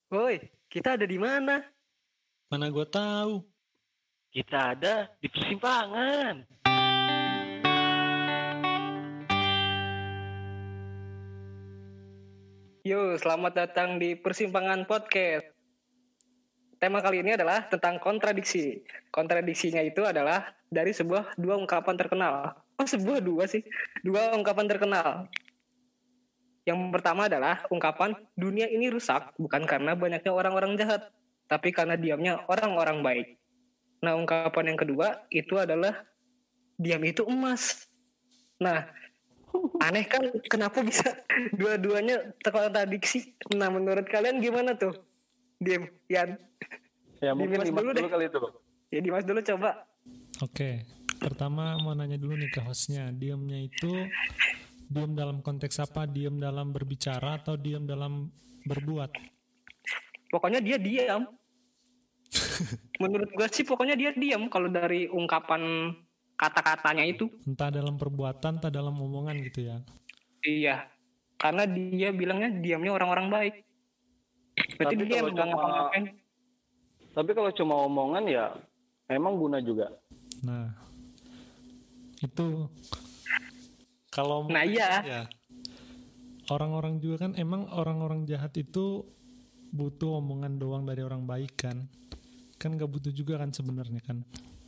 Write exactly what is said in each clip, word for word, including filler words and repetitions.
Woi, kita ada di mana? Mana gue tahu. Kita ada di persimpangan. Yo, selamat datang di Persimpangan Podcast. Tema kali ini adalah tentang kontradiksi. Kontradiksinya itu adalah dari sebuah dua ungkapan terkenal. Oh, sebuah dua sih. Dua ungkapan terkenal. Yang pertama adalah ungkapan dunia ini rusak bukan karena banyaknya orang-orang jahat, tapi karena diamnya orang-orang baik. Nah, ungkapan yang kedua itu adalah diam itu emas. Nah, aneh kan kenapa bisa dua-duanya terkontradiksi. Nah, menurut kalian gimana tuh? Diam, Yan. Ya mungkin Dimas Dimas dulu dulu, deh. kali itu. Ya, Dimas dulu coba. Oke, pertama mau nanya dulu nih ke hostnya. Diamnya itu diam dalam konteks apa? Diam dalam berbicara atau diam dalam berbuat? Pokoknya dia diam. Menurut gue sih pokoknya dia diam kalau dari ungkapan kata-katanya itu. Entah dalam perbuatan, entah dalam omongan gitu ya. Iya. Karena dia bilangnya diamnya orang-orang baik. Berarti Tapi dia kalau nggak cuma- ngapa-ngapain. Tapi kalau cuma omongan ya emang guna juga. Nah, itu kalau Nah, iya. ya, orang-orang juga kan emang orang-orang jahat itu butuh omongan doang dari orang baik kan. Kan gak butuh juga kan sebenarnya kan.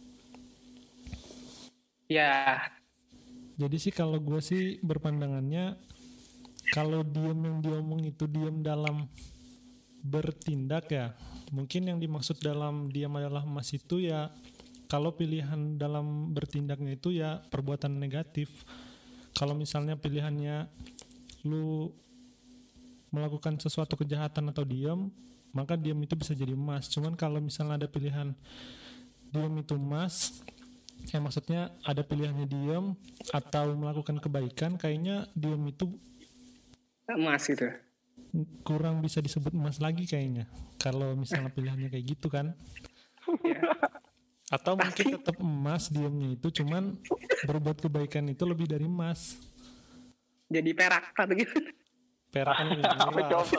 Ya, Jadi sih kalau gue sih berpandangannya kalau diam yang diomong itu diam dalam bertindak ya, mungkin yang dimaksud dalam diam adalah emas itu ya kalau pilihan dalam bertindaknya itu ya perbuatan negatif. Kalau misalnya pilihannya lu melakukan sesuatu kejahatan atau diam, maka diam itu bisa jadi emas. Cuman kalau misalnya ada pilihan diam itu emas, ya maksudnya ada pilihannya diam atau melakukan kebaikan, kayaknya diam itu emas gitu. kurang bisa disebut emas lagi kayaknya. Kalau misalnya pilihannya kayak gitu kan. Ya. Atau mungkin tetap emas diamnya itu, cuman berbuat kebaikan itu lebih dari emas. Jadi perak atau gitu. Perak kan lebih murah. Coba.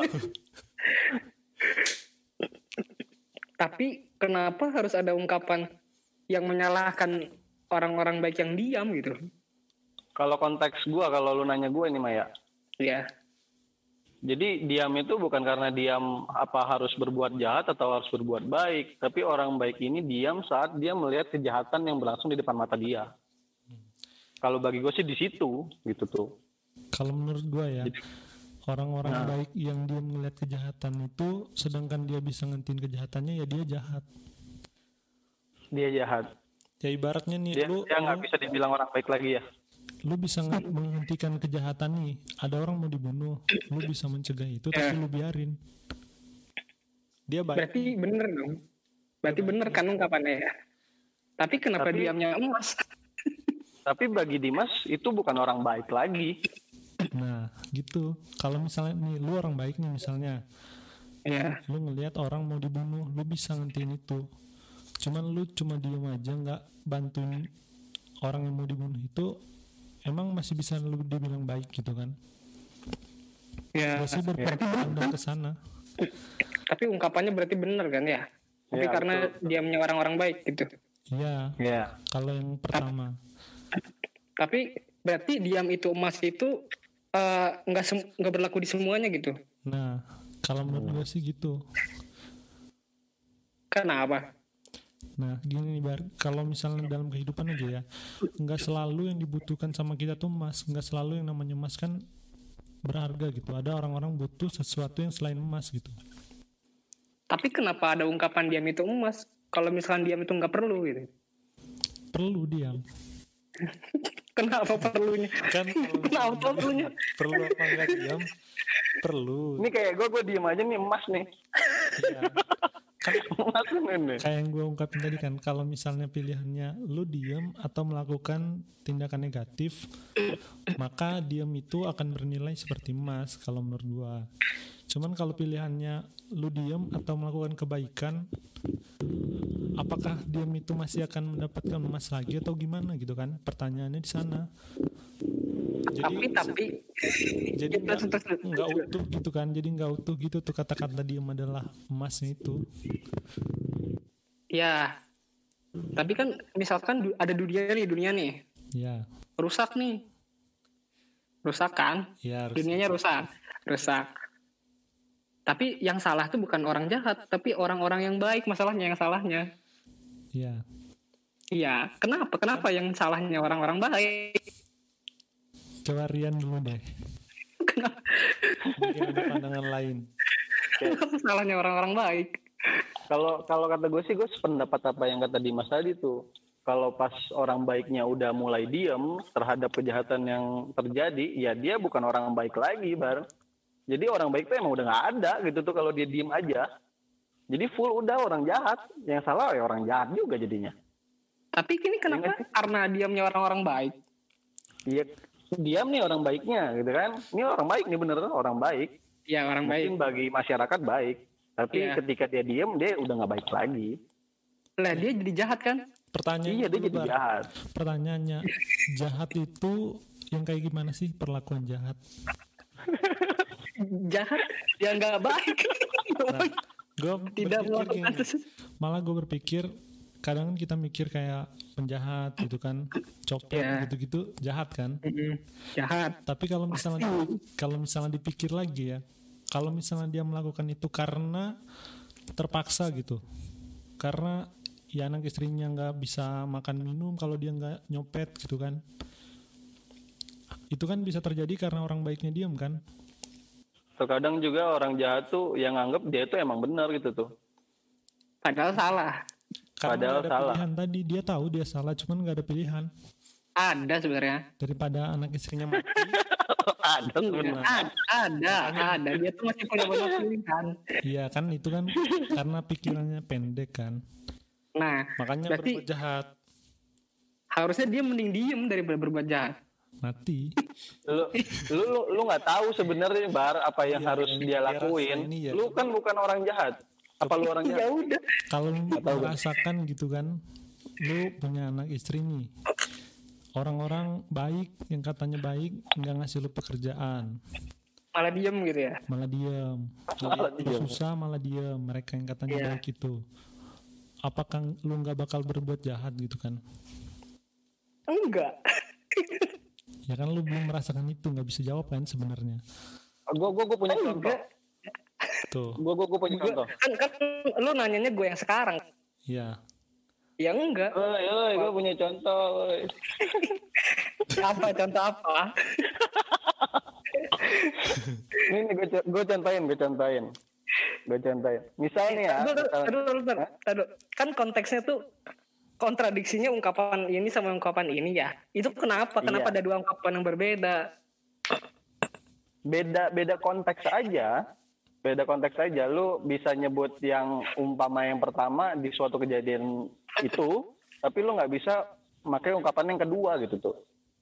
Tapi kenapa harus ada ungkapan yang menyalahkan orang-orang baik yang diam gitu? Kalau konteks gua, kalau lu nanya gua ini Maya. Ya, Jadi diam itu bukan karena diam apa harus berbuat jahat atau harus berbuat baik, tapi orang baik ini diam saat dia melihat kejahatan yang berlangsung di depan mata dia. Kalau bagi gue sih di situ gitu tuh. Kalau menurut gua ya, orang-orang Nah. baik yang dia melihat kejahatan itu, sedangkan dia bisa ngentiin kejahatannya, ya dia jahat. Dia jahat. Ya ibaratnya nih, Dia lu dia nggak lu, bisa dibilang orang baik lagi ya. lu bisa nge- menghentikan kejahatan nih. Ada orang mau dibunuh, lu bisa mencegah itu, tapi lu biarin. Dia baik. berarti bener dong. Berarti bener kan ungkapannya ya. Tapi kenapa Tapi- diamnya emas? Tapi bagi Dimas itu bukan orang baik lagi. Nah, gitu. Kalau misalnya nih, lu orang baik nih misalnya, Ya, lu ngelihat orang mau dibunuh, lu bisa ngentiin itu. Cuman lu cuma diem aja, nggak bantuin orang yang mau dibunuh itu, emang masih bisa lu dibilang baik gitu kan? ya. Gua sih berpandang ke sana. Tapi ungkapannya berarti bener kan ya? Tapi Ya, karena betul. diamnya orang-orang baik gitu. Iya, Ya. kalau yang pertama. Tapi berarti diam itu emas itu eh, nggak sem- nggak berlaku di semuanya gitu. Nah, kalau menurut gue sih gitu. Kenapa? Nah, gini nih Bar, kalau misalnya dalam kehidupan aja ya, nggak selalu yang dibutuhkan sama kita tuh emas, nggak selalu yang namanya emas kan berharga gitu. Ada orang-orang butuh sesuatu yang selain emas gitu. Tapi kenapa ada ungkapan diam itu emas? Kalau misalkan diam itu nggak perlu gitu. Perlu diam. Kenapa perlunya? Kan kalau Kenapa perlunya? perlu apa enggak diam? Perlu. Ini kayak gue gue diem aja nih emas nih. Iya. Kan Emas ini. kayak yang gue ungkapin tadi kan, kalau misalnya pilihannya lu diam atau melakukan tindakan negatif, maka diam itu akan bernilai seperti emas kalau menurut gue. Cuman kalau pilihannya lu diam atau melakukan kebaikan, apakah diam itu masih akan mendapatkan emas lagi atau gimana gitu kan? Pertanyaannya di sana. Jadi tapi tapi jadi ya, nggak terus, terus, terus. nggak utuh gitu kan, jadi nggak utuh gitu tuh kata-kata diem adalah emasnya itu. Ya, tapi kan misalkan du- ada dunia nih, dunia nih Ya, rusak nih, rusak kan? ya harus. Dunianya rusak, rusak. Tapi yang salah tuh bukan orang jahat, tapi orang-orang yang baik masalahnya yang salahnya. Ya, Iya, kenapa? Kenapa yang salahnya orang-orang baik? coba Rian dulu deh. Kenapa, Mungkin ada pandangan lain. kenapa salahnya orang-orang baik? Kalau kalau kata gue sih gue sependapat apa yang kata Dimas tadi tuh. Kalau pas orang baiknya udah mulai diem terhadap kejahatan yang terjadi, ya dia bukan orang baik lagi, Bar. Jadi orang baik tuh emang udah nggak ada gitu tuh kalau dia diem aja. Jadi full udah orang jahat. Yang salah ya orang jahat juga jadinya. Tapi ini kenapa? Iya. Karena diamnya orang-orang baik. Iya, diam nih orang baiknya gitu kan. Ini orang baik nih bener orang baik. Ya orang baik. Mungkin bagi masyarakat baik. Tapi Iya. ketika dia diem dia udah nggak baik lagi. Lah dia jadi jahat kan? Pertanyaan Iya dia jadi Bar. jahat. Pertanyaannya, jahat itu yang kayak gimana sih perlakuan jahat? Jahat yang nggak baik. Nah, gue Tidak berpikir melakukan gini, sesuatu. malah gue berpikir kadang kan kita mikir kayak penjahat gitu kan, copet Iya. gitu-gitu jahat kan. Mm-mm. Jahat. Tapi kalau misalnya kalau misalnya dipikir lagi ya, kalau misalnya dia melakukan itu karena terpaksa gitu, karena ya anak istrinya nggak bisa makan minum kalau dia nggak nyopet gitu kan, itu kan bisa terjadi karena orang baiknya diam kan. Terkadang juga orang jahat tuh yang anggap dia tuh emang benar gitu tuh. Padahal salah. Karena Padahal nggak ada salah. pilihan tadi, dia tahu dia salah, cuman nggak ada pilihan. Ada sebenarnya. Daripada anak istrinya mati, Ada sebenarnya. Ada, ada, ada. Dia tuh masih punya banyak pilihan. iya kan itu kan karena pikirannya pendek kan, Nah, makanya berarti berbuat jahat, harusnya dia mending diem daripada berbuat jahat. mati. Lu lu lu, lu nggak tahu sebenarnya Bar apa yang Iya, harus yang dia dia lakuin. rasain iya. Lu kan bukan orang jahat. Apa lu orang Ya jahat? udah. Kalau tahu, Bang. merasakan gitu kan, lu punya anak istri nih, orang-orang baik yang katanya baik nggak ngasih lu pekerjaan, Malah diem gitu ya. malah diem. Malah Lu diem. susah malah diem. Mereka yang katanya Iya. baik itu, apakah lu nggak bakal berbuat jahat gitu kan? Enggak. Ya kan lu belum merasakan itu, nggak bisa jawab kan sebenarnya. Gue gue gue punya Oh, contoh. enggak. Tuh, Gue gue gue punya Gua- contoh. kan kan lu nanyanya gue yang sekarang. ya. Ya enggak. Oi, oi, gue punya contoh. Oi. Apa contoh apa? Ini gue gue contohin, gue contohin, gue contohin. Misalnya ya, Aduh, aduh, misal- aduh, aduh, aduh, aduh. Kan konteksnya tuh kontradiksinya ungkapan ini sama ungkapan ini ya. Itu kenapa? Kenapa Iya. ada dua ungkapan yang berbeda? beda beda konteks aja, beda konteks aja. Lu bisa nyebut yang umpama yang pertama di suatu kejadian itu, tapi lu nggak bisa pakai ungkapan yang kedua gitu tuh.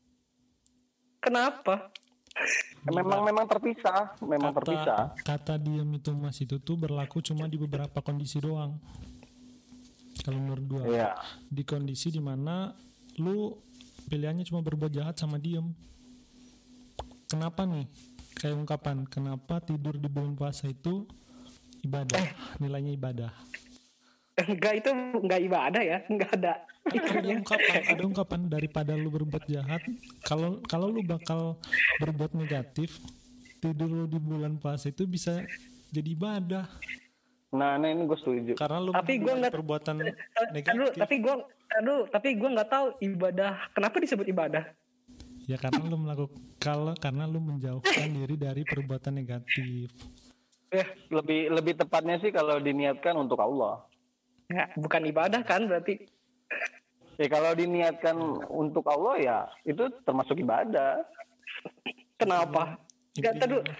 Kenapa? Memang memang terpisah, memang terpisah. Kata diam itu mas itu tuh berlaku cuma di beberapa kondisi doang. Kalau menurut gua, Iya. di kondisi dimana lu pilihannya cuma berbuat jahat sama diem. Kenapa nih? Kayak ungkapan, kenapa tidur di bulan puasa itu ibadah, nilainya ibadah. Enggak, itu enggak ibadah ya, enggak ada Ada itunya. ungkapan, ada ungkapan daripada lu berbuat jahat. Kalau kalau lu bakal berbuat negatif, tidur lu di bulan puasa itu bisa jadi ibadah. Nah, nah ini gue setuju. Karena lu Tapi gua melakukan nggak- perbuatan Aduh, negatif. tapi gue, aduh, tapi gue nggak tahu ibadah. Kenapa disebut ibadah? Ya karena lu melakukan kalau karena lu menjauhkan diri dari perbuatan negatif. Eh, Lebih lebih tepatnya sih kalau diniatkan untuk Allah. ya, bukan ibadah kan berarti? Ya kalau diniatkan untuk Allah ya itu termasuk ibadah. Kenapa? Enggak Intinya- tahu.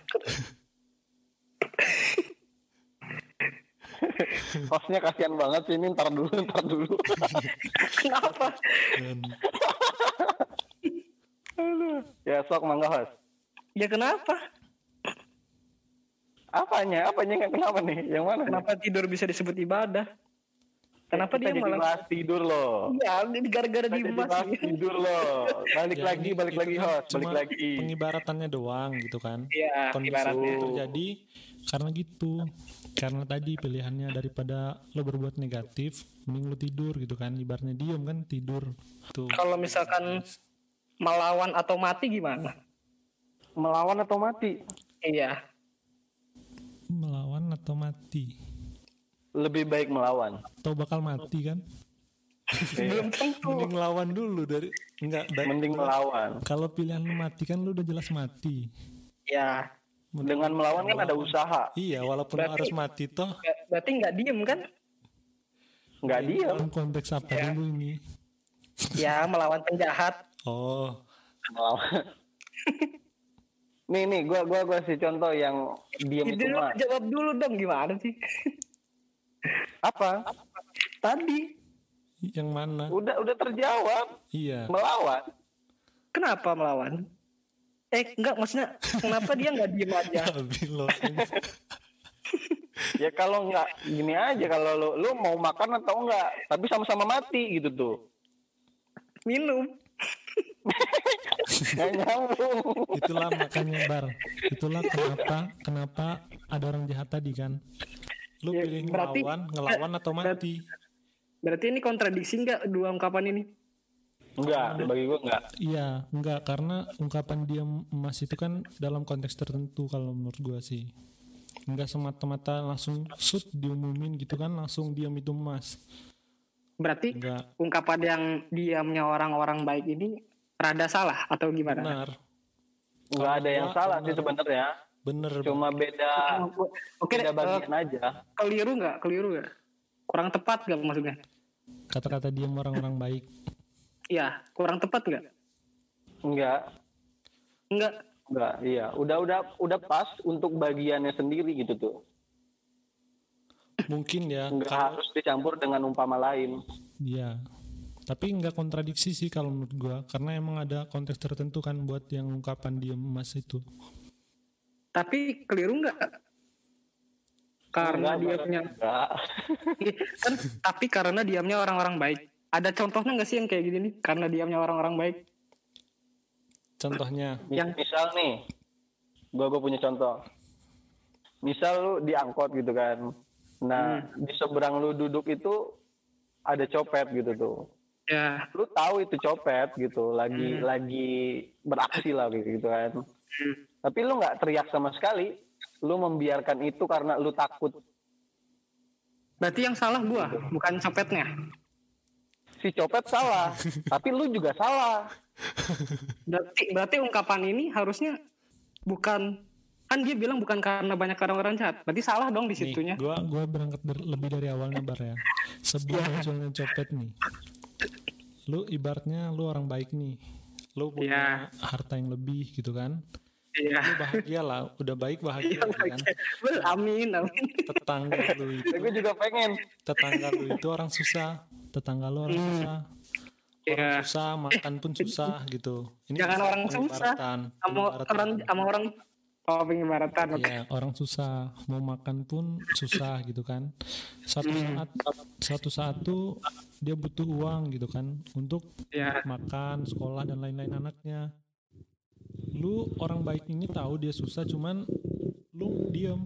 Hostnya kasihan banget sih ini, ntar dulu, ntar dulu. Kenapa? Dan Ya sok mangga host. Ya kenapa? Apanya? Apanya yang kenapa nih? Yang mana? nih? Kenapa tidur bisa disebut ibadah? Kenapa kita dia jadi malah bahas tidur loh. ya ini gara-gara Kita jadi Dimas bahas nih. tidur loh. Balik Ya, lagi, ini- balik itu lagi kan host, balik cuma lagi. pengibaratannya doang gitu kan. Iya, Kondisi ibaratnya. itu terjadi karena gitu. Karena tadi pilihannya daripada lo berbuat negatif, mending lo tidur gitu kan. Ibaratnya diem kan tidur. Tuh. Kalau misalkan melawan atau mati gimana? Melawan atau mati? Iya. Melawan atau mati? Lebih baik melawan. Atau bakal mati kan? Belum tentu. Mending lawan dulu dari enggak da- Mending melawan. Kalau pilihan lu mati kan lu udah jelas mati. Ya. Mending Dengan melawan kan ada usaha. Iya, walaupun lu Berarti- harus mati toh. Ber- Berarti nggak diem kan? Nggak diam. Dalam konteks apa Ya. dulu ini? Ya melawan penjahat. Oh, Melawan. Nih nih, gua gua gua kasih contoh yang diam itu Jadi lu mah. jawab dulu dong gimana sih? Apa? Tadi yang mana? Udah udah terjawab. Iya. Melawan. kenapa melawan? Eh enggak maksudnya kenapa dia nggak diem aja? Tapi lo Ya kalau nggak gini aja, kalau lu lu mau makan atau enggak, tapi sama-sama mati gitu tuh. Minum. Nggak nyambung. itulah makanya bar. Itulah kenapa kenapa ada orang jahat tadi kan. Lu Ya, pilih berarti- ngelawan, ngelawan atau mati? Berarti ini kontradiksi nggak dua ungkapan ini? Enggak, bagi gua enggak. Iya, enggak karena ungkapan dia emas itu kan dalam konteks tertentu kalau menurut gua sih. Enggak semata-mata langsung shoot diumumin gitu kan langsung diam itu emas. Berarti Enggak ungkapan yang diamnya orang-orang baik ini rada salah atau gimana? benar. Enggak ada yang gua salah sih bener. sebenarnya. Bener. Cuma beda Oke, beda eh, bagian aja. keliru nggak? Keliru nggak? Kurang tepat nggak maksudnya? Kata-kata diam orang-orang baik. Iya, kurang tepat nggak? Enggak. Enggak. Enggak, iya. Udah udah udah pas untuk bagiannya sendiri gitu tuh. Mungkin ya Enggak kalau harus dicampur dengan umpama lain. dia. Tapi enggak kontradiksi sih kalau menurut gua karena emang ada konteks tertentu kan buat yang ungkapan diam emas itu. Tapi keliru nggak? Karena Enggak, dia Bang. punya Enggak. kan, tapi karena diamnya orang-orang baik. Ada contohnya nggak sih yang kayak gini nih? Karena diamnya orang-orang baik. Contohnya Yang Misal nih, gua gua punya contoh. Misal lu diangkot gitu kan. Nah, di seberang lu duduk itu ada copet gitu tuh. ya, Lu tahu itu copet gitu, lagi lagi beraksi lah gitu kan. Tapi lu nggak teriak sama sekali. Lu membiarkan itu karena lu takut. berarti yang salah gua, bukan copetnya. Si copet salah, tapi lu juga salah. Berarti, berarti ungkapan ini harusnya bukan, kan dia bilang bukan karena banyak orang-orang jahat. Berarti salah dong di nih, situnya. gua gua berangkat dari- lebih dari awalnya bar ya. Sebelum munculnya copet nih. Lu ibaratnya lu orang baik nih. Lu punya harta yang lebih gitu kan. Iya. Lu bahagia lah, udah baik bahagia gitu kan. Well, amin, amin. Tetangga lu itu, Gue juga pengen. tetangga lu itu orang susah. Tetangga lu orang susah. Orang Iya. susah, makan pun susah gitu. Ini Jangan bisa orang susah. pengibaratan, Sama pengibaratan. orang, sama orang, oh pengibaratan. Oke. Iya, orang susah, mau makan pun susah gitu kan. Satu saat, satu saat tuh dia butuh uang gitu kan untuk Ya, makan, sekolah dan lain-lain anaknya. Lu orang baik ini tahu dia susah, cuman lu diem.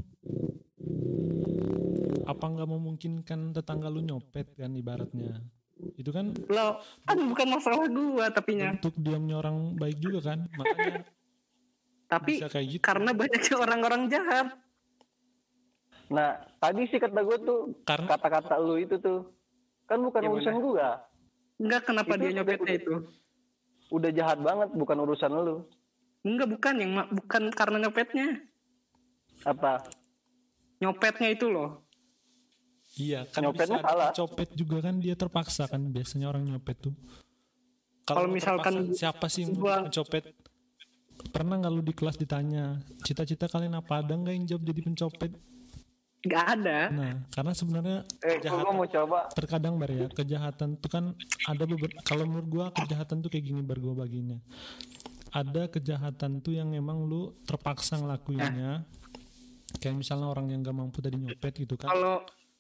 Apa nggak memungkinkan tetangga lu nyopet kan ibaratnya? Itu kan lo kan bukan masalah gua tapinya. untuk diamnya orang baik juga kan, makanya Tapi bisa kayak gitu. karena banyaknya orang-orang jahat. Nah, tadi sih kata gue tuh, Karena kata-kata lu itu tuh, kan bukan Ya, urusan gua. Enggak, kenapa Itu dia udah- nyopetnya udah- itu? Udah jahat banget, bukan urusan lu. Enggak, bukan yang ma- bukan karena nyopetnya. Apa? Nyopetnya itu loh. iya kan Nyopetnya bisa salah. copet juga kan dia terpaksa kan biasanya orang nyopet tuh. Kalau mau misalkan terpaksa, siapa sih yang gua- mau copet? Pernah nggak lu di kelas ditanya cita-cita kalian apa, ada nggak yang jawab jadi pencopet? Enggak ada. Nah karena sebenarnya Eh, gua kejahatan mau coba. terkadang bar ya kejahatan tuh kan ada beberapa, kalau menurut gua kejahatan tuh kayak gini bar gua baginya. Ada kejahatan tuh yang emang lu terpaksa ngelakuinnya. Kayak misalnya orang yang gak mampu tadi nyopet gitu kan. Kalau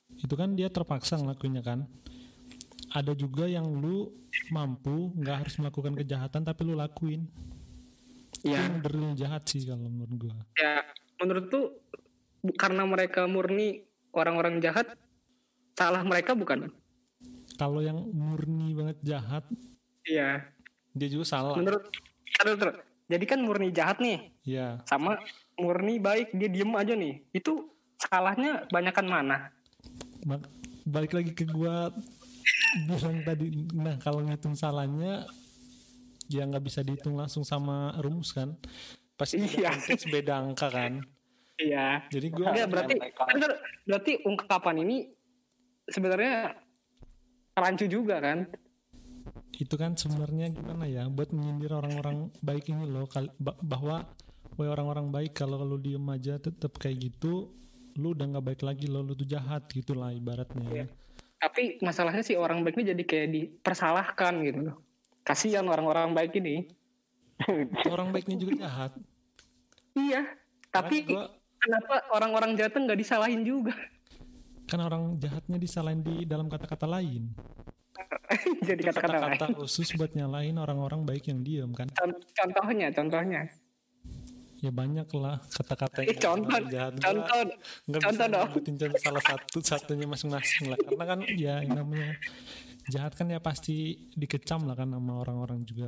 itu kan dia terpaksa ngelakuinnya kan. Ada juga yang lu mampu nggak harus melakukan kejahatan tapi lu lakuin. Ya. Itu yang the real jahat sih kalau menurut gua. Ya, menurut tuh bu- karena mereka murni orang-orang jahat, salah mereka bukan? Kalau yang murni banget jahat, Iya. dia juga salah. Menurut, aduh, terus. Jadi kan murni jahat nih, Iya. sama murni baik dia diem aja nih. Itu salahnya banyakan mana? Ma- balik lagi ke gua bilang tadi, nah kalau ngitung salahnya ya nggak bisa dihitung langsung sama rumus kan, pasti Iya. ada konteks beda angka kan. Iya. Jadi gua Enggak, berarti bener, berarti ungkapan ini sebenarnya rancu juga kan? itu kan sebenarnya gimana ya, buat menyindir orang-orang baik ini loh, kal- ba- bahwa woi orang-orang baik, kalau lu diem aja tetap kayak gitu, lu udah nggak baik lagi loh, lu tuh jahat gitulah ibaratnya. Iya. Tapi masalahnya sih orang baik ini jadi kayak dipersalahkan gitu loh. Kasihan orang-orang baik ini. Orang baiknya juga jahat. Iya. Tapi Gua- kenapa orang-orang jahat nggak disalahin juga? kan orang jahatnya disalahin di dalam kata-kata lain. Jadi Itu kata-kata lain. kata-kata khusus buat nyalahin orang-orang baik yang diem kan. Con- Contohnya, contohnya. Ya banyak lah kata-kata Eh, contoh, orang jahat. Gua contoh, nggak contoh bisa dong. nyebutin contoh salah satu satunya masing-masing lah, karena kan ya yang namanya jahat kan ya pasti dikecam lah kan sama orang-orang juga.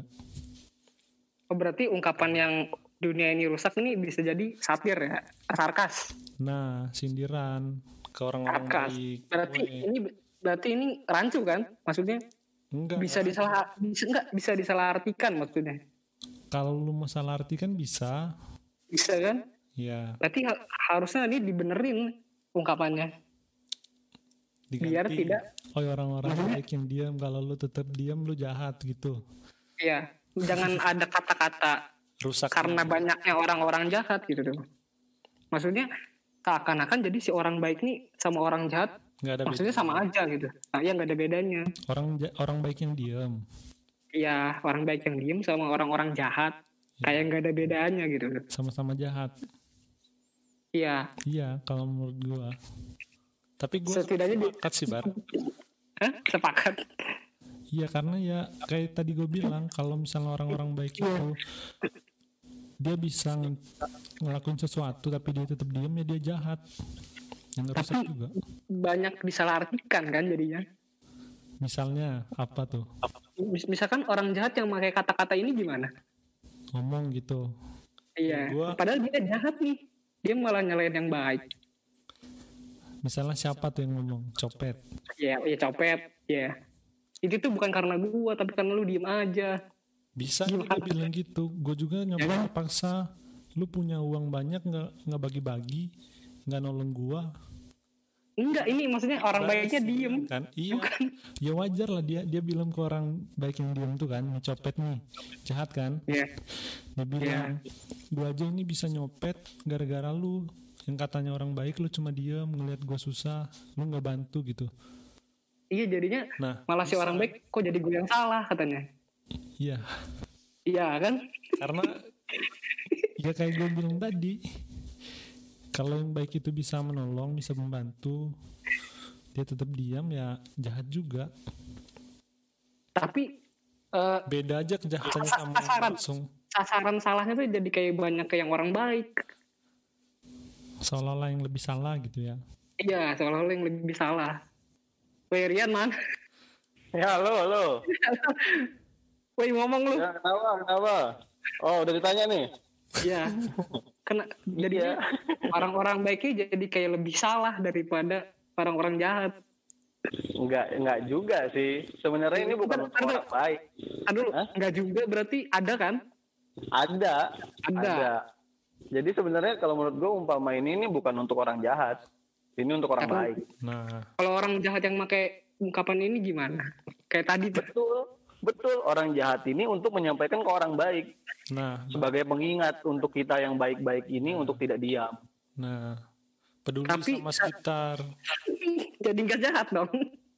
Oh, berarti ungkapan yang dunia ini rusak ini bisa jadi satir ya, sarkas. Nah, sindiran ke orang-orang Sarkas. baik. Berarti Woi, ini berarti ini rancu kan? Maksudnya enggak bisa enggak. disalah bisa enggak bisa disalahartikan maksudnya. Kalau lu mau salah arti kan bisa. Bisa kan? Ya, Berarti ha- harusnya ini dibenerin ungkapannya. diganti. Biar tidak, Oh, orang-orang baik yang diam, kalau lu tetap diam lu jahat gitu. ya, jangan ada kata-kata Rusak. karena banyaknya orang-orang jahat gitu tuh. Maksudnya seakan-akan jadi si orang baik nih sama orang jahat Enggak ada maksudnya beda. sama aja gitu. Nah, ya nggak ada bedanya. Orang ja- orang baik yang diam. Iya, orang baik yang diem sama orang-orang jahat kayak nggak ada bedanya gitu. Sama-sama jahat. Iya, Iya, kalau menurut gua. Tapi gua setidaknya di, sepakat sih, Bar. Hah? Sepakat. Iya, karena ya kayak tadi gue bilang, kalau misalnya orang-orang baik itu dia bisa ng- ngelakuin sesuatu tapi dia tetap diam, ya dia jahat. Yang rusak Tapi- juga. Banyak disalahartikan kan jadinya. Misalnya apa tuh? Mis- Misalkan orang jahat yang pakai kata-kata ini gimana? Ngomong gitu. Iya, Gua- padahal dia jahat nih. Dia malah nyalain yang baik. Misalnya siapa tuh yang ngomong? Copet. Ya, ya copet, ya. Itu tuh bukan karena gua, tapi karena lu diem aja. Bisa dia bilang gitu. Gue juga nyoba paksa. Lu punya uang banyak nggak nggak bagi-bagi, nggak nolong gua. Enggak, ini maksudnya orang Baik baiknya sih, diem. kan? Iya. Ya wajar lah dia dia bilang ke orang baik yang diem tuh kan, nyopet nih, jahat kan? Iya. Dia bilang, gua aja ini bisa nyopet gara-gara lu. Yang katanya orang baik, lu cuma diem ngeliat gua susah, lu nggak bantu gitu. Iya, jadinya Nah, malah si bisa. orang baik kok jadi gue yang salah katanya. Iya, Iya kan? karena ya kayak gue bilang tadi, kalau yang baik itu bisa menolong, bisa membantu, dia tetap diam ya jahat juga. Tapi eh, Beda aja kejahatannya sama yang Sasaran. langsung. sasaran salahnya tuh jadi kayak banyak ke yang orang baik. Seolah-olah yang lebih salah gitu ya. Iya, seolah-olah yang lebih salah. Woi Rian man, Ya, halo, halo. woi ngomong lu. Ya, kenapa, kenapa? Oh, udah ditanya nih? Iya. Kena jadi orang-orang baiknya jadi kayak lebih salah daripada orang-orang jahat. Enggak, enggak juga sih. Sebenarnya ini bukan untuk orang baik. Aduh, Hah? enggak juga berarti ada kan? Ada, Ada. ada. Jadi sebenarnya kalau menurut gue umpama ini ini bukan untuk orang jahat. Ini untuk orang Atau- baik. Nah, Kalau orang jahat yang pakai ungkapan ini gimana? Kayak tadi tuh. Betul, betul. Orang jahat ini untuk menyampaikan ke orang baik. nah, Sebagai pengingat untuk kita yang baik-baik ini untuk tidak diam. nah, peduli Tapi- sama sekitar. Jadi nggak jahat dong.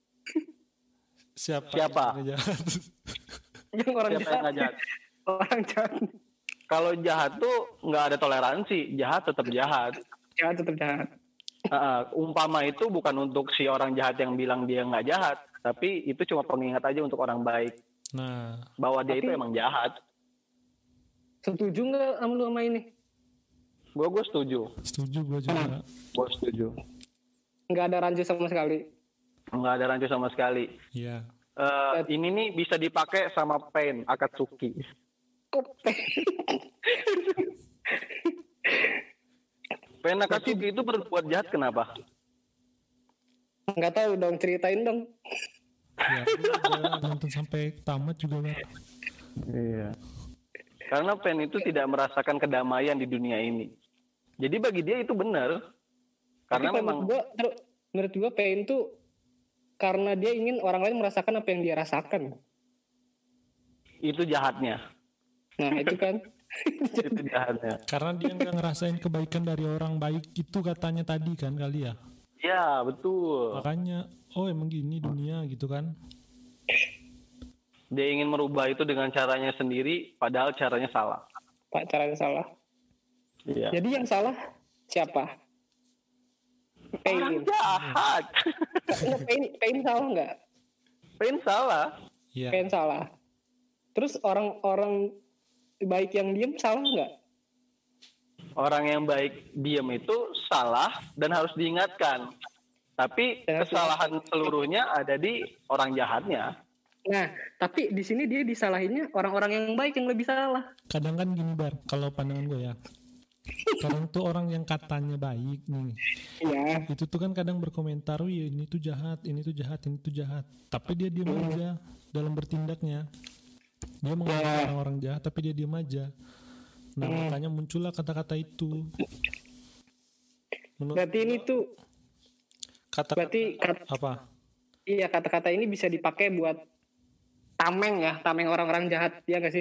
Siapa? Siapa? yang jahat? Yang orang Siapa yang jahat. nggak jahat? Orang jahat. Kalau jahat tuh nggak ada toleransi. Jahat tetap jahat. Jahat tetap jahat. Uh, umpama itu bukan untuk si orang jahat yang bilang dia nggak jahat, tapi itu cuma pengingat aja untuk orang baik. Nah, bahwa dia Tapi- itu emang jahat. Setuju nggak sama lu sama ini? Gue gue setuju, setuju gue juga. gue setuju. Nggak ada rancu sama sekali. Nggak ada rancu sama sekali. Iya. Uh, ini nih bisa dipakai sama Pain Akatsuki. Pain Akatsuki itu berbuat jahat kenapa? Nggak tahu dong, ceritain dong. Ya, gue udah nonton sampai tamat juga kan. Iya. Karena Pain itu tidak merasakan kedamaian di dunia ini. Jadi bagi dia itu benar. Karena Tapi memang menurut gua, ter- menurut gua Pain tuh karena dia ingin orang lain merasakan apa yang dia rasakan. itu jahatnya. Nah itu kan. Itu jahatnya. Karena dia nggak ngerasain kebaikan dari orang baik itu katanya tadi kan kali ya. Ya betul. Makanya oh emang gini dunia gitu kan. Dia ingin merubah itu dengan caranya sendiri, padahal caranya salah. Pak, caranya salah. Iya. Jadi yang salah siapa? Orang Pain. jahat. Nggak, Pain, Pain salah nggak? Pain salah. Iya. Pain salah. Terus orang-orang baik yang diem salah nggak? Orang yang baik diam itu salah dan harus diingatkan. Tapi Dan harus kesalahan seluruhnya ada di orang jahatnya. Nah, tapi di sini dia disalahinnya orang-orang yang baik yang lebih salah. Kadang kan gini Bar, kalau pandangan gue ya. Kadang tuh orang yang katanya baik nih, Iya. itu tuh kan kadang berkomentar, wih ini tuh jahat, ini tuh jahat, ini tuh jahat. Tapi dia diam aja dalam bertindaknya. Dia mengaku orang-orang jahat, tapi dia diam aja. Nah makanya muncullah kata-kata itu. Menurut Berarti ini tuh, kata-kata berarti kat- apa? iya kata-kata ini bisa dipakai buat tameng ya, tameng orang-orang jahat, ya nggak sih?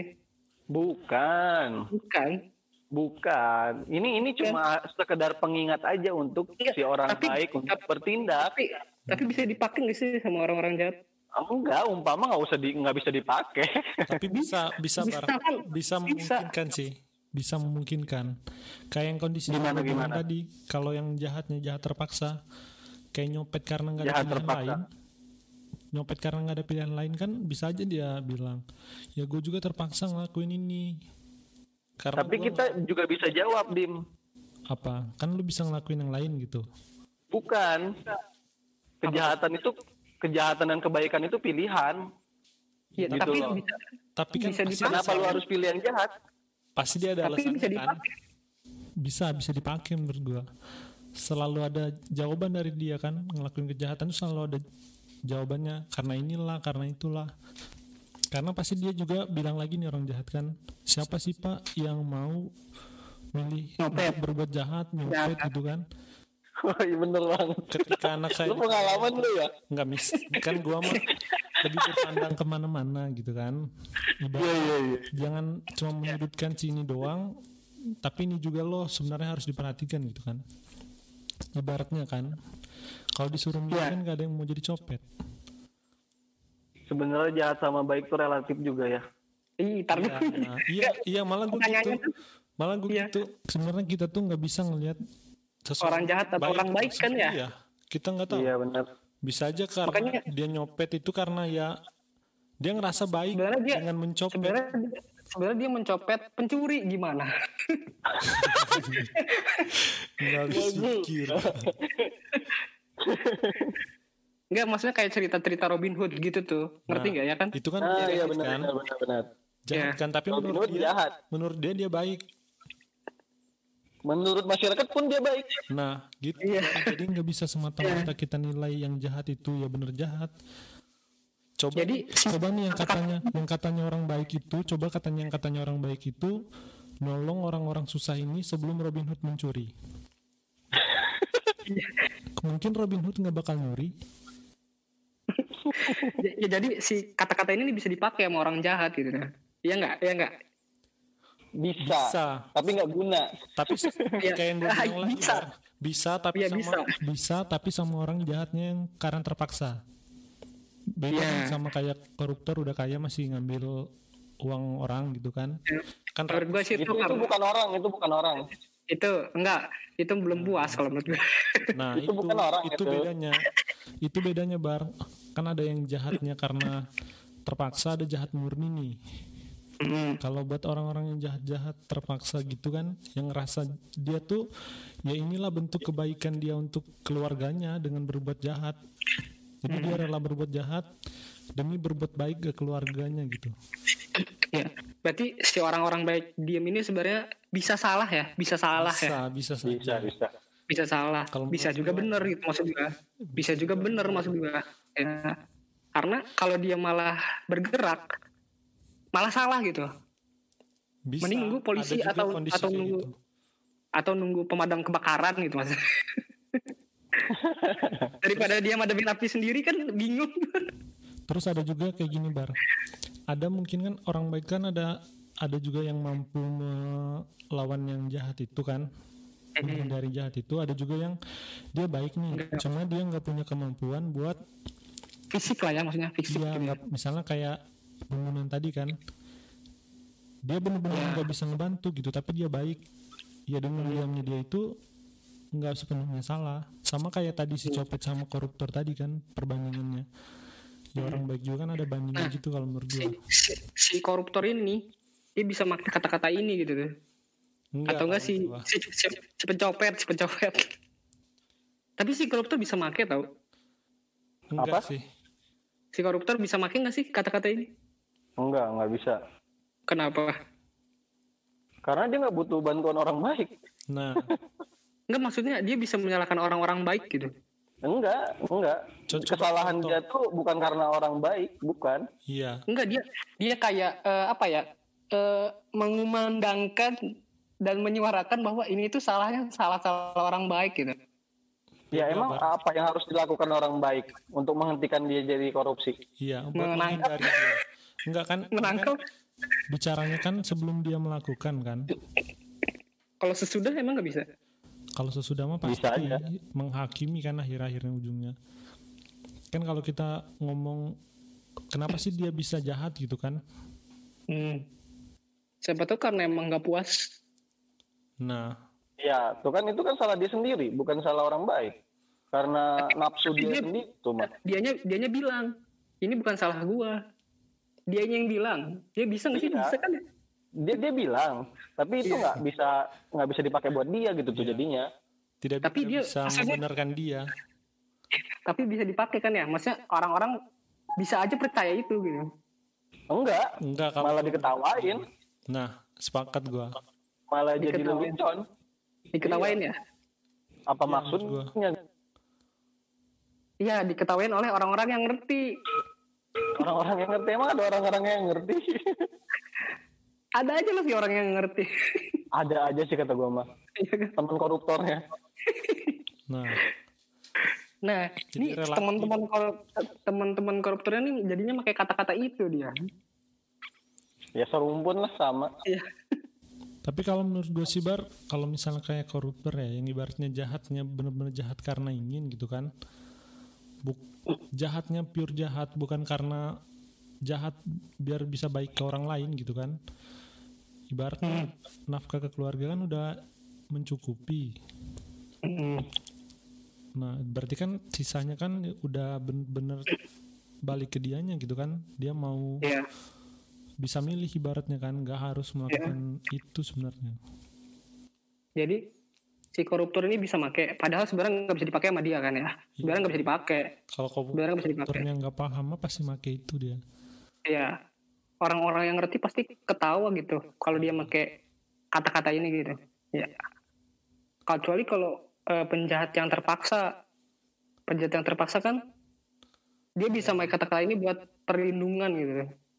Bukan. Bukan. Bukan. Ini ini cuma sekedar pengingat aja untuk Iya, si orang tapi- baik untuk bertindak. Tapi tapi bisa dipakai nggak sih sama orang-orang jahat? Enggak, umpama nggak usah di nggak bisa dipakai. Tapi bisa bisa Bisa Bar, kan? bisa Bisa. memungkinkan sih, bisa memungkinkan. Kayak yang kondisi Gimana, yang gua bilang gimana? tadi, kalau yang jahatnya jahat terpaksa, kayak nyopet karena nggak ada Jahat pilihan terpaksa. lain. Nyopet karena nggak ada pilihan lain kan bisa aja dia bilang, ya gue juga terpaksa ngelakuin ini. Karena Tapi gua kita juga bisa jawab, Dim. apa? Kan lu bisa ngelakuin yang lain gitu. Bukan. Kejahatan itu kejahatan dan kebaikan itu pilihan. Iya, Gitu tapi loh. bisa, Tapi kan Bisa pasti, dipakai. Kenapa lu harus pilih yang jahat? pasti dia ada tapi alasannya bisa kan. dipakai. Bisa bisa dipakai menurut gua. Selalu ada jawaban dari dia kan, ngelakuin kejahatan itu selalu ada jawabannya, karena inilah, karena itulah. Karena pasti dia juga bilang lagi nih orang jahat kan, siapa sih Pak yang mau milih Nyopet. berbuat jahat, nyopet gitu kan. Oh iya bener banget. Ketika anak saya Lu pengalaman lu ya? nggak mis kan gua mah lebih berpandang kemana-mana gitu kan. Ibarat, Iya iya iya. jangan cuma menyudutkan sini doang, tapi ini juga loh sebenarnya harus diperhatikan gitu kan. Ibaratnya kan, kalau disuruh milih Ya. kan gak ada yang mau jadi copet. Sebenarnya jahat sama baik itu relatif juga ya. Ih, tar Iya, dulu. nah, iya, iya malah gue Pertanyaannya gitu, tuh, malah gue Iya. gitu. Sebenarnya kita tuh nggak bisa ngelihat seseorang Orang jahat atau orang baik kan ya? Iya, kita nggak tahu. Iya benar. Bisa aja karena Makanya- dia nyopet itu karena ya dia ngerasa baik Sebenarnya dia- dengan mencopet. sebenarnya sebenarnya dia mencopet pencuri gimana? Nggak habis pikir. Enggak, maksudnya kayak cerita-cerita Robin Hood gitu tuh. Ngerti Nah, nggak ya kan? Itu kan Ah jahat iya kan? benar benar benar benar. Jahat Iya. kan, tapi Robin menurut Hood dia, jahat. menurut dia dia baik. Menurut masyarakat pun dia baik. Nah, gitu. Iya. Jadi nggak bisa semata-mata kita nilai yang jahat itu ya bener jahat. Coba, Jadi- coba nih yang katanya, yang katanya orang baik itu, coba katanya yang katanya orang baik itu nolong orang-orang susah ini sebelum Robin Hood mencuri. Mungkin Robin Hood nggak bakal nyuri. Ya, ya jadi si kata-kata ini bisa dipakai sama orang jahat gitu kan. Iya nggak? Iya nggak? Bisa. Bisa. Tapi nggak guna. Tapi se- Iya. kayak yang gue Ah, bilang lagi, bisa. Bar. Bisa tapi Iya, sama bisa. bisa. tapi sama orang jahatnya yang karena terpaksa. Beda Iya. kan sama kayak koruptor udah kaya masih ngambil uang orang gitu kan. Iya. Kan Menurut gue sih itu Itu itu karena bukan orang, itu bukan orang. Itu enggak, itu belum puas kalau menurut gue. Nah Itu itu bukan orang itu itu. bedanya, itu bedanya Bar. Kan ada yang jahatnya karena terpaksa, ada jahat murni nih. Mm. Kalau buat orang-orang yang jahat-jahat terpaksa gitu kan, yang ngerasa dia tuh ya inilah bentuk kebaikan dia untuk keluarganya dengan berbuat jahat. Jadi dia rela berbuat jahat demi berbuat baik ke keluarganya gitu. Ya, berarti si orang-orang baik diem ini sebenarnya bisa salah ya, bisa salah Bisa, ya, bisa Bisa, saja. bisa. bisa salah, Kalau bisa menurut juga gua, benar gitu maksud gue, bisa juga benar maksud gue. Ya. Karena kalau dia malah bergerak, malah salah gitu. Bisa. Mending nunggu polisi Ada juga atau kondisi atau kayak nunggu gitu. atau nunggu pemadam kebakaran gitu mas. Daripada dia madepin api sendiri kan bingung. Terus ada juga kayak gini Bar. Ada mungkin kan orang baik kan ada ada juga yang mampu melawan yang jahat itu kan. Menghindari jahat itu. Ada juga yang dia baik nih, cuma dia nggak punya kemampuan buat Fisik lah ya maksudnya fisik. dia Gitu ya. nggak, misalnya kayak pembunuhan tadi kan, dia benar-benar nggak bisa ngebantu gitu, tapi dia baik. Ya dengan diamnya dia itu nggak sepenuhnya salah. Sama kayak tadi si copet sama koruptor tadi kan perbandingannya. Ya orang baik juga kan ada bandingnya gitu kalau menurut Si, gua. si, si koruptor ini dia bisa pakai kata-kata ini gitu tuh. Atau enggak si, kalau gua. si, si, si pencopet, si pencopet. Tapi si koruptor bisa make tau. Enggak Apa? sih. Si koruptor bisa make nggak sih kata-kata ini? Enggak, enggak bisa. Kenapa? Karena dia nggak butuh bantuan orang baik. Nah, Enggak maksudnya dia bisa menyalahkan orang-orang baik gitu. Enggak, enggak. Coba- Kesalahan contoh. dia tuh bukan karena orang baik, bukan. iya. Enggak dia dia kayak eh, apa ya? Eh, mengumandangkan dan menyuarakan bahwa ini itu salahnya salah-salah orang baik gitu. Ya Beda, emang Bar. apa yang harus dilakukan orang baik untuk menghentikan dia jadi korupsi? Iya, buat Menangkap. menghindari dia. Enggak kan? Menangkap. kan bicaranya kan sebelum dia melakukan kan. Kalau sesudah emang nggak bisa. Kalau sesudah mah pasti Bisa aja. menghakimi kan akhir-akhirnya ujungnya. Kan kalau kita ngomong kenapa sih dia bisa jahat gitu kan? Hmm. Siapa tahu karena emang nggak puas. Nah, Ya, tuh kan itu kan salah dia sendiri, bukan salah orang baik. Karena nafsu Tapi dia dia- sendiri tuh, Mas. Dianya dianya bilang ini bukan salah gua. Dianya yang bilang. Dia bisa nggak sih? Iya. Bisa kan? Dia dia bilang, tapi itu nggak bisa nggak bisa dipakai buat dia gitu tuh Iya. jadinya. tidak Tapi tidak dia- bisa maksudnya- membenarkan dia. Tapi bisa dipakai kan ya? Maksudnya orang-orang bisa aja percaya itu gitu. Enggak, Enggak kalau malah diketawain, Nah, sepakat gua. malah jadi Diketawain. lelucon. Diketawain ya? Apa Iya, maksudnya? Iya, diketawain oleh orang-orang yang ngerti. Orang-orang yang ngerti, emang ada orang-orang yang ngerti? Ada aja loh sih orang yang ngerti. Ada aja sih kata gua mah. Iya kan? Teman koruptornya. Nah, Nah, Jadi ini relatif. teman-teman kor- teman-teman koruptornya nih jadinya pakai kata-kata itu dia. Ya serumpun lah sama. Iya. tapi kalau menurut gue sih Bar, kalau misalnya kayak koruptor ya, yang ibaratnya jahatnya benar-benar jahat karena ingin gitu kan. Buk, jahatnya pure jahat, bukan karena jahat biar bisa baik ke orang lain gitu kan. Ibaratnya nafkah ke keluarga kan udah mencukupi. Mm. Nah, berarti kan sisanya kan udah bener-bener balik ke dianya gitu kan. Dia mau Iya. bisa milih ibaratnya kan, nggak harus melakukan itu sebenarnya. Jadi si koruptor ini bisa make, padahal sebenarnya nggak bisa dipakai sama dia kan ya. Sebenarnya nggak bisa dipakai. Kalau Sebenarnya nggak bisa dipakai. koruptornya nggak paham mah pasti make itu dia. Iya. Orang-orang yang ngerti pasti ketawa gitu kalau dia make kata-kata ini gitu. Ya. Kecuali kalau eh, penjahat yang terpaksa, penjahat yang terpaksa kan dia bisa make kata-kata ini buat perlindungan gitu.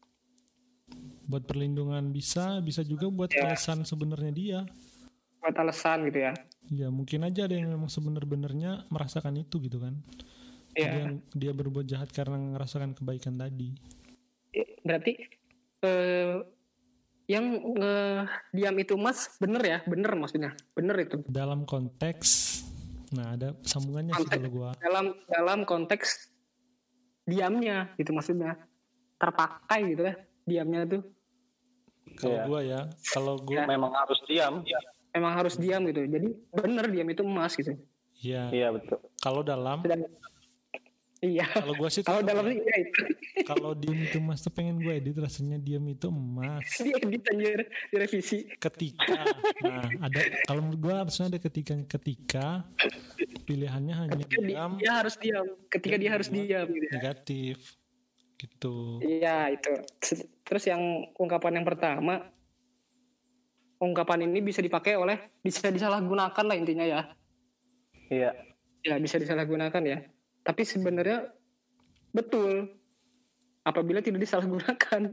Buat perlindungan bisa, bisa juga buat Ya. alasan sebenarnya dia. Buat alasan gitu ya. Ya mungkin aja ada yang memang sebenar-benarnya merasakan itu gitu kan. Iya. Dia, dia berbuat jahat karena merasakan kebaikan tadi. Berarti eh, yang eh, diam itu mas bener ya, bener maksudnya, bener itu. Dalam konteks, nah ada sambungannya sih Konteks. kalau gua. Dalam dalam konteks diamnya gitu maksudnya, terpakai gitu ya diamnya tuh. Kalau Iya. gua ya, kalau gua Ya. Memang harus diam. memang harus diam gitu. Jadi bener diam itu emas gitu. Iya. Iya betul. Kalau dalam, Dan, iya. kalau gue sih Kalau tetap dalam ya, sih iya itu. kalau diam itu emas tuh pengen gue edit rasanya diam itu emas. Dia edit anjir, direvisi. Ketika, nah ada kalau menurut gue harusnya ada ketika ketika pilihannya hanya Ketika di- diam, dia harus diam. Ketika dia harus diam gitu. negatif, gitu. Iya itu. Terus yang ungkapan yang pertama, ungkapan ini bisa dipakai oleh, bisa disalahgunakan lah intinya ya. Iya. Ya bisa disalahgunakan ya. Tapi sebenarnya betul apabila tidak disalahgunakan.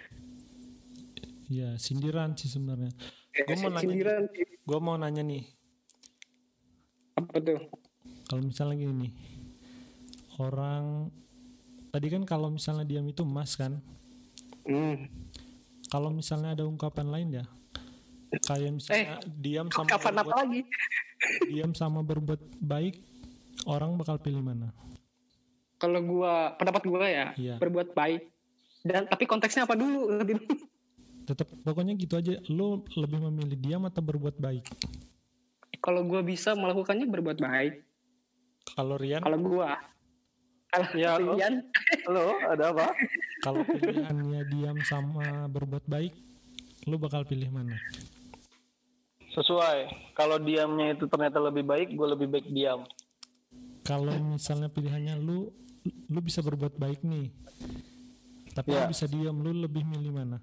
Ya sindiran sih sebenarnya. Gue mau nanya, Sindiran gue mau nanya nih, apa tuh? kalau misalnya gini nih, orang tadi kan kalau misalnya diam itu emas kan, Hmm. kalau misalnya ada ungkapan lain ya, kayak misalnya diam sama Kapan apa berbuat, lagi? diam sama berbuat baik, orang bakal pilih mana? Kalau gua pendapat gua ya Iya. berbuat baik. Dan tapi konteksnya apa dulu? Tetap pokoknya gitu aja. Lu lebih memilih diam atau berbuat baik? Kalau gua bisa melakukannya berbuat baik. Kalau Rian, Kalau gua kalau Ya, lo. Rian, Halo, ada apa? kalau pilihannya diam sama berbuat baik, lu bakal pilih mana? Sesuai. Kalau diamnya itu ternyata lebih baik, gue lebih baik diam. Kalau misalnya pilihannya lu lu bisa berbuat baik nih, tapi Ya. lu bisa diam, lu lebih milih mana?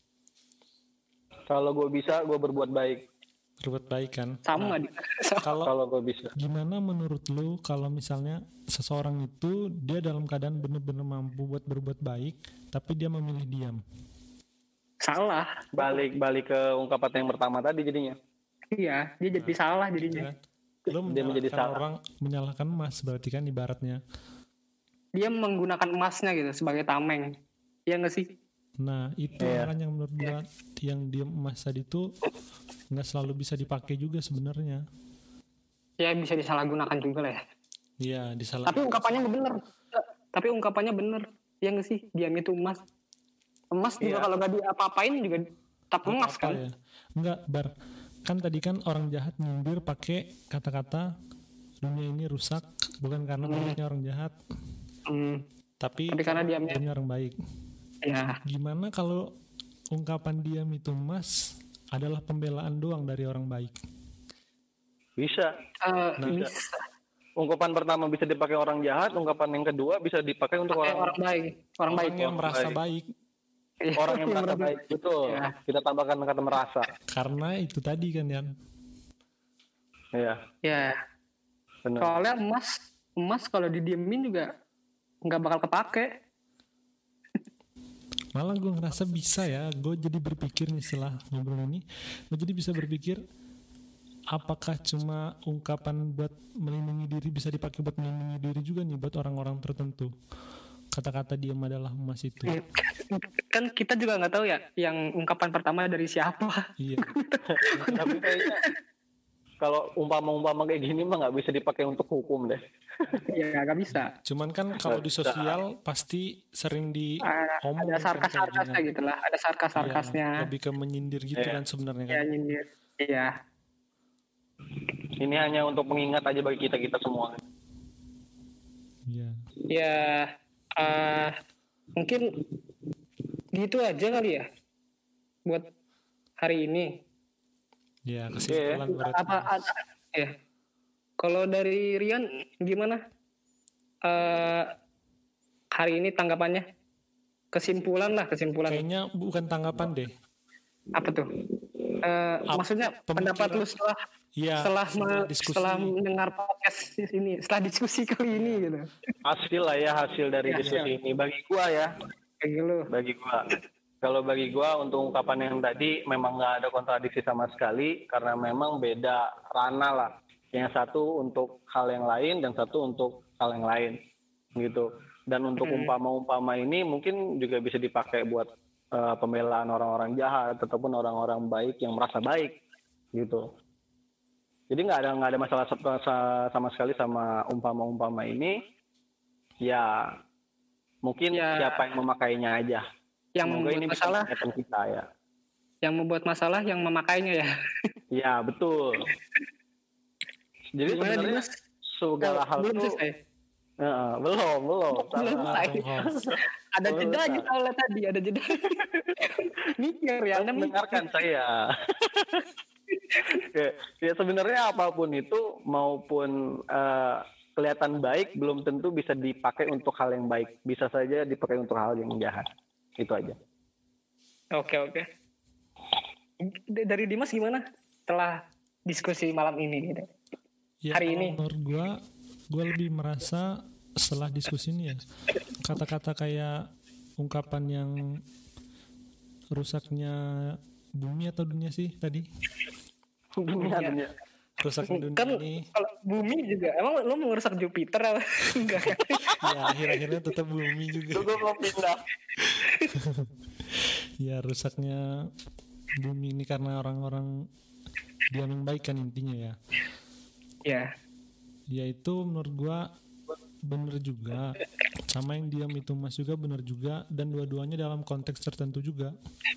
Kalau gue bisa, gue berbuat baik. Berbuat baik kan? sama di Kalau Kalau gue bisa. gimana menurut lu kalau misalnya seseorang itu dia dalam keadaan benar-benar mampu buat berbuat baik, tapi dia memilih diam? salah. Balik balik ke ungkapan yang pertama tadi jadinya. Iya, dia jadi salah Gitu jadinya. kan? Lu Dia menjadi menyalahkan salah. orang, menyalahkan emas berarti kan ibaratnya. Dia menggunakan emasnya gitu sebagai tameng. Iya nggak sih? Nah itu Iya. makanya yang menurut gua yang diam emas tadi itu nggak selalu bisa dipakai juga sebenarnya. Ya bisa disalahgunakan juga lah ya. Iya disalah. Tapi ungkapannya nggak bener. Tapi ungkapannya bener. Iya nggak sih? Diam itu emas. Emas juga Iya. kalau nggak diapa-apain juga tetap emas Apa kan? ya? Enggak, bar. Kan tadi kan orang jahat nyindir pakai kata-kata dunia ini rusak bukan karena banyaknya orang jahat, Hmm, tapi, Tapi karena diamnya. diamnya orang baik. ya. Gimana kalau ungkapan diam itu emas adalah pembelaan doang dari orang baik? Bisa. Eh, Nah, bisa Ungkapan pertama bisa dipakai orang jahat, ungkapan yang kedua bisa dipakai untuk pakai orang orang baik. Orang baik. Orang yang orang merasa baik. baik. orang yang merasa baik. Betul. Ya. Kita tambahkan kata merasa. Karena itu tadi kan Yan. Iya, Ya. benar. Soalnya emas, emas kalau didiemin juga nggak bakal kepake. Malah gue ngerasa bisa ya. Gue jadi berpikir nih setelah ngobrol ini, gue jadi bisa berpikir apakah cuma ungkapan buat melindungi diri bisa dipakai buat melindungi diri juga nih buat orang-orang tertentu. Kata-kata diam adalah emas itu. Kan kita juga nggak tahu ya yang ungkapan pertama dari siapa. Iya. Tapi kayaknya kalau umpama-umpama kayak gini mah nggak bisa dipakai untuk hukum deh. Ya nggak bisa. Cuman kan kalau di sosial pasti sering di Ada, omong ada kan sarkas-sarkasnya kayak gini. gitu lah. Ada sarkas-sarkasnya. Iya, lebih ke menyindir gitu Iya. kan sebenarnya kan. Ya nyindir. Iya. Ini hanya untuk mengingat aja bagi kita kita semua. Iya. Ya eh, mungkin gitu aja kali ya buat hari ini. Ya kesimpulan berarti. Apa ada ya? Kalau dari Rian gimana? Eh hari ini tanggapannya? Kesimpulan lah, kesimpulan. Kayaknya bukan tanggapan deh. Apa tuh? Eh Ap- maksudnya pendapat pemikiran. lu setelah Iya. setelah me- diskusi. setelah mendengar podcast ini, setelah diskusi kali ini gitu. Hasil lah ya hasil dari Ya, diskusi ini. Bagi gua ya, Kayak gitu. bagi gua. Kalau bagi gua untuk ungkapan yang tadi memang nggak ada kontradiksi sama sekali karena memang beda ranah lah. Yang satu untuk hal yang lain dan satu untuk hal yang lain gitu. Dan untuk Hmm. umpama-umpama ini mungkin juga bisa dipakai buat eh, pembelaan orang-orang jahat ataupun orang-orang baik yang merasa baik gitu. Jadi nggak ada nggak ada masalah sa- sa- sama sekali sama umpama-umpama ini. Ya mungkin Ya. siapa yang memakainya aja. Yang Semoga membuat ini bisa masalah, mengingatkan kita ya. yang membuat masalah yang memakainya ya. Ya betul. Jadi Gimana, sebenarnya Dimas? segala Oh, hal belum tuh selesai. Ya, belum belum. Belum Salah. selesai. Ada Belum jeda selesai. gitu soalnya tadi, ada jeda. Mikir ya, Anda mikir. Mendengarkan saya. ya, ya sebenarnya apapun itu maupun eh, kelihatan baik belum tentu bisa dipakai untuk hal yang baik. Bisa saja dipakai untuk hal yang jahat. Itu aja. Oke, oke. D- Dari Dimas gimana? Setelah diskusi malam ini gitu. Ya, Hari kalau ini. menurut gue, gue lebih merasa setelah diskusi ini ya, kata-kata kayak ungkapan yang rusaknya bumi atau dunia sih tadi, Dunia, Iya. dunia. rusaknya dunia Kan ini, kalau bumi juga, emang lo mau ngerusak Jupiter apa? Enggak kan? ya akhir-akhirnya tetap bumi juga. Tunggu mau pindah. Ya rusaknya bumi ini karena orang-orang dia yang baik kan intinya ya. Ya. Ya itu menurut gua bener juga, sama yang diam itu mas juga bener juga, dan dua-duanya dalam konteks tertentu juga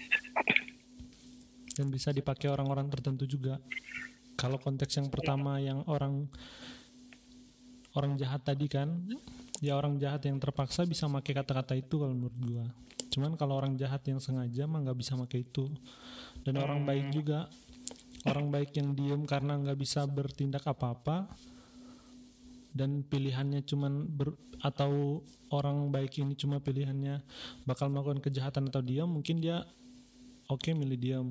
dan bisa dipakai orang-orang tertentu juga. Kalau konteks yang pertama yang orang orang jahat tadi kan, ya orang jahat yang terpaksa bisa pakai kata-kata itu kalau menurut gua. Cuman kalau orang jahat yang sengaja mah nggak bisa pakai itu. Dan orang baik juga, orang baik yang diem karena nggak bisa bertindak apa-apa dan pilihannya cuman ber, atau orang baik ini cuma pilihannya bakal melakukan kejahatan atau diam, mungkin dia oke okay, milih diam.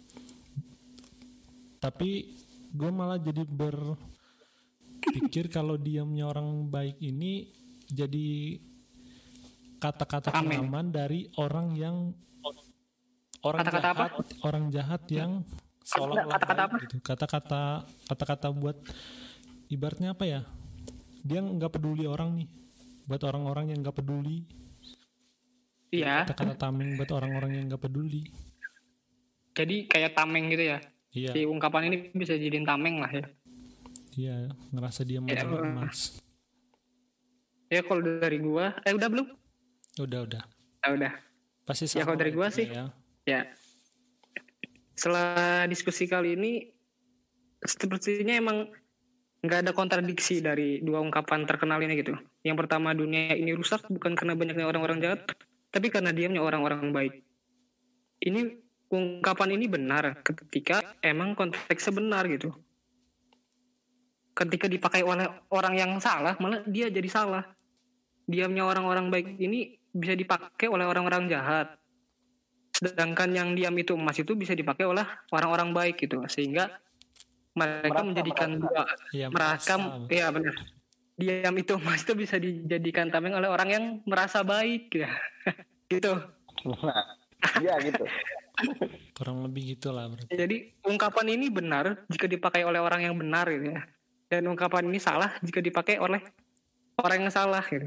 Tapi gue malah jadi berpikir kalau diamnya orang baik ini jadi kata-kata pengaman dari orang yang orang Kata-kata jahat, apa? orang jahat yang seolah-olah Kata-kata baik apa? gitu. Kata-kata kata-kata buat ibaratnya apa ya? Dia nggak peduli orang nih, buat orang-orang yang nggak peduli. Iya. Kata-kata tameng buat orang-orang yang nggak peduli. Jadi kayak tameng gitu ya. Iya. Si ungkapan ini bisa jadiin tameng lah ya. Iya, ngerasa dia Ya, majuin uh, emas. Ya kalau dari gua, eh udah belum? Udah udah. Ah, udah. Pasti Ya sama kalau dari lah gua itu sih, ya. ya. Setelah diskusi kali ini, sepertinya emang nggak ada kontradiksi dari dua ungkapan terkenal ini gitu. Yang pertama, dunia ini rusak bukan karena banyaknya orang-orang jahat, tapi karena diamnya orang-orang baik. Ini ungkapan ini benar ketika emang konteksnya benar gitu. Ketika dipakai oleh orang yang salah, malah dia jadi salah. Diamnya orang-orang baik ini bisa dipakai oleh orang-orang jahat. Sedangkan yang diam itu emas itu bisa dipakai oleh orang-orang baik gitu. Sehingga mereka Merasa, menjadikan merasa. dua Iya, merasa, merasa. iya benar. Diam itu emas itu bisa dijadikan tameng oleh orang yang merasa baik ya. Gitu. Nah, iya gitu. Kurang lebih gitulah berarti. Jadi ungkapan ini benar jika dipakai oleh orang yang benar gitu ya. Dan ungkapan ini salah jika dipakai oleh orang yang salah gitu.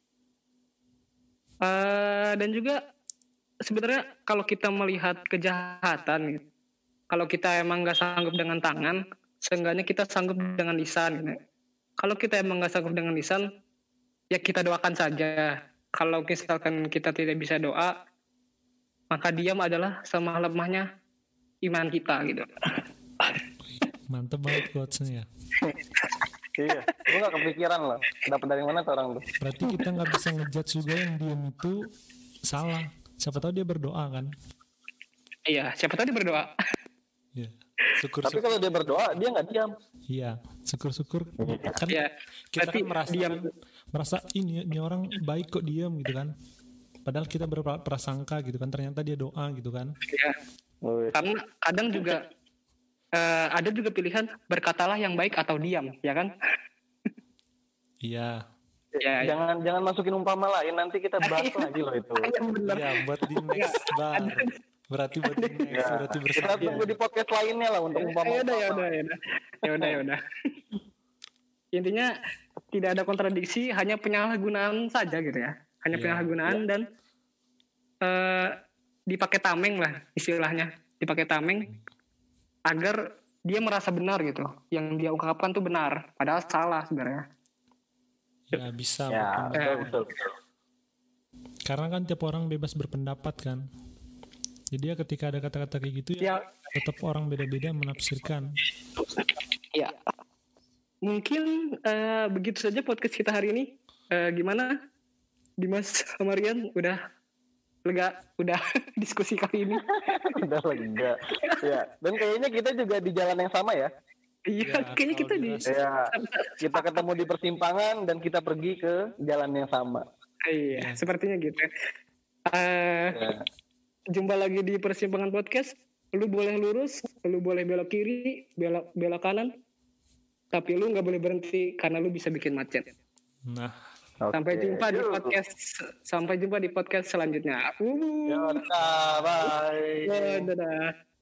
Uh, dan juga sebenarnya kalau kita melihat kejahatan gitu, kalau kita emang nggak sanggup dengan tangan, seenggaknya kita sanggup dengan lisan gitu. Kalau kita emang nggak sanggup dengan lisan, ya kita doakan saja. Kalau misalkan kita tidak bisa doa, maka diam adalah sama lemahnya iman kita gitu. Mantep banget quotes-nya ya. Iya, gue gak kepikiran loh. Dapat dari mana tuh orang tuh? Berarti kita nggak bisa ngejudge juga yang diam itu salah. Siapa tahu dia berdoa kan? Iya, siapa tahu dia berdoa. Iya. Syukur. Tapi kalau dia berdoa, dia nggak diam. Iya, syukur-syukur kan Iya, kita berarti kan merasa diam. kan, merasa ini ini orang baik kok diam gitu kan. Padahal kita berprasangka gitu kan, ternyata dia doa gitu kan. Iya. Karena kadang juga uh, ada juga pilihan berkatalah yang baik atau diam, ya kan? Iya. Ya, jangan ya. jangan masukin umpama lain, nanti kita bahas lagi loh itu. Iya, buat di next bar. Berarti buat di next, ya. berarti bersama. Kita tunggu di podcast lainnya lah untuk umpama. Ya udah, ya udah, ya udah, ya udah, ya udah. Intinya tidak ada kontradiksi, hanya penyalahgunaan saja gitu ya, hanya ya, penyalahgunaan ya. Dan uh, dipakai tameng lah istilahnya, dipakai tameng agar dia merasa benar gitu, yang dia ungkapkan tuh benar, padahal salah sebenarnya. Ya bisa. Ya, betul, betul, betul. Karena kan tiap orang bebas berpendapat kan. Jadi ya ketika ada kata-kata kayak gitu Ya, ya tetap orang beda-beda menafsirkan. ya. Mungkin eh, begitu saja podcast kita hari ini. Eh, gimana, Dimas sama Rian? Udah lega? Udah diskusi kali ini? Udah lega. Ya, dan kayaknya kita juga di jalan yang sama ya. Iya, Ya, kayaknya kita kalau di... dirasa- Ya, kita ketemu di persimpangan dan kita pergi ke jalan yang sama. Iya, sepertinya gitu. Eh, Ya. Jumpa lagi di Persimpangan Podcast. Lu boleh lurus, lu boleh belok kiri, belok belok kanan. Tapi lu nggak boleh berhenti karena lu bisa bikin macet. Nah, Sampai Oke. jumpa di Yuk. podcast sampai jumpa di podcast selanjutnya. Uh, Ya, bye. dadah.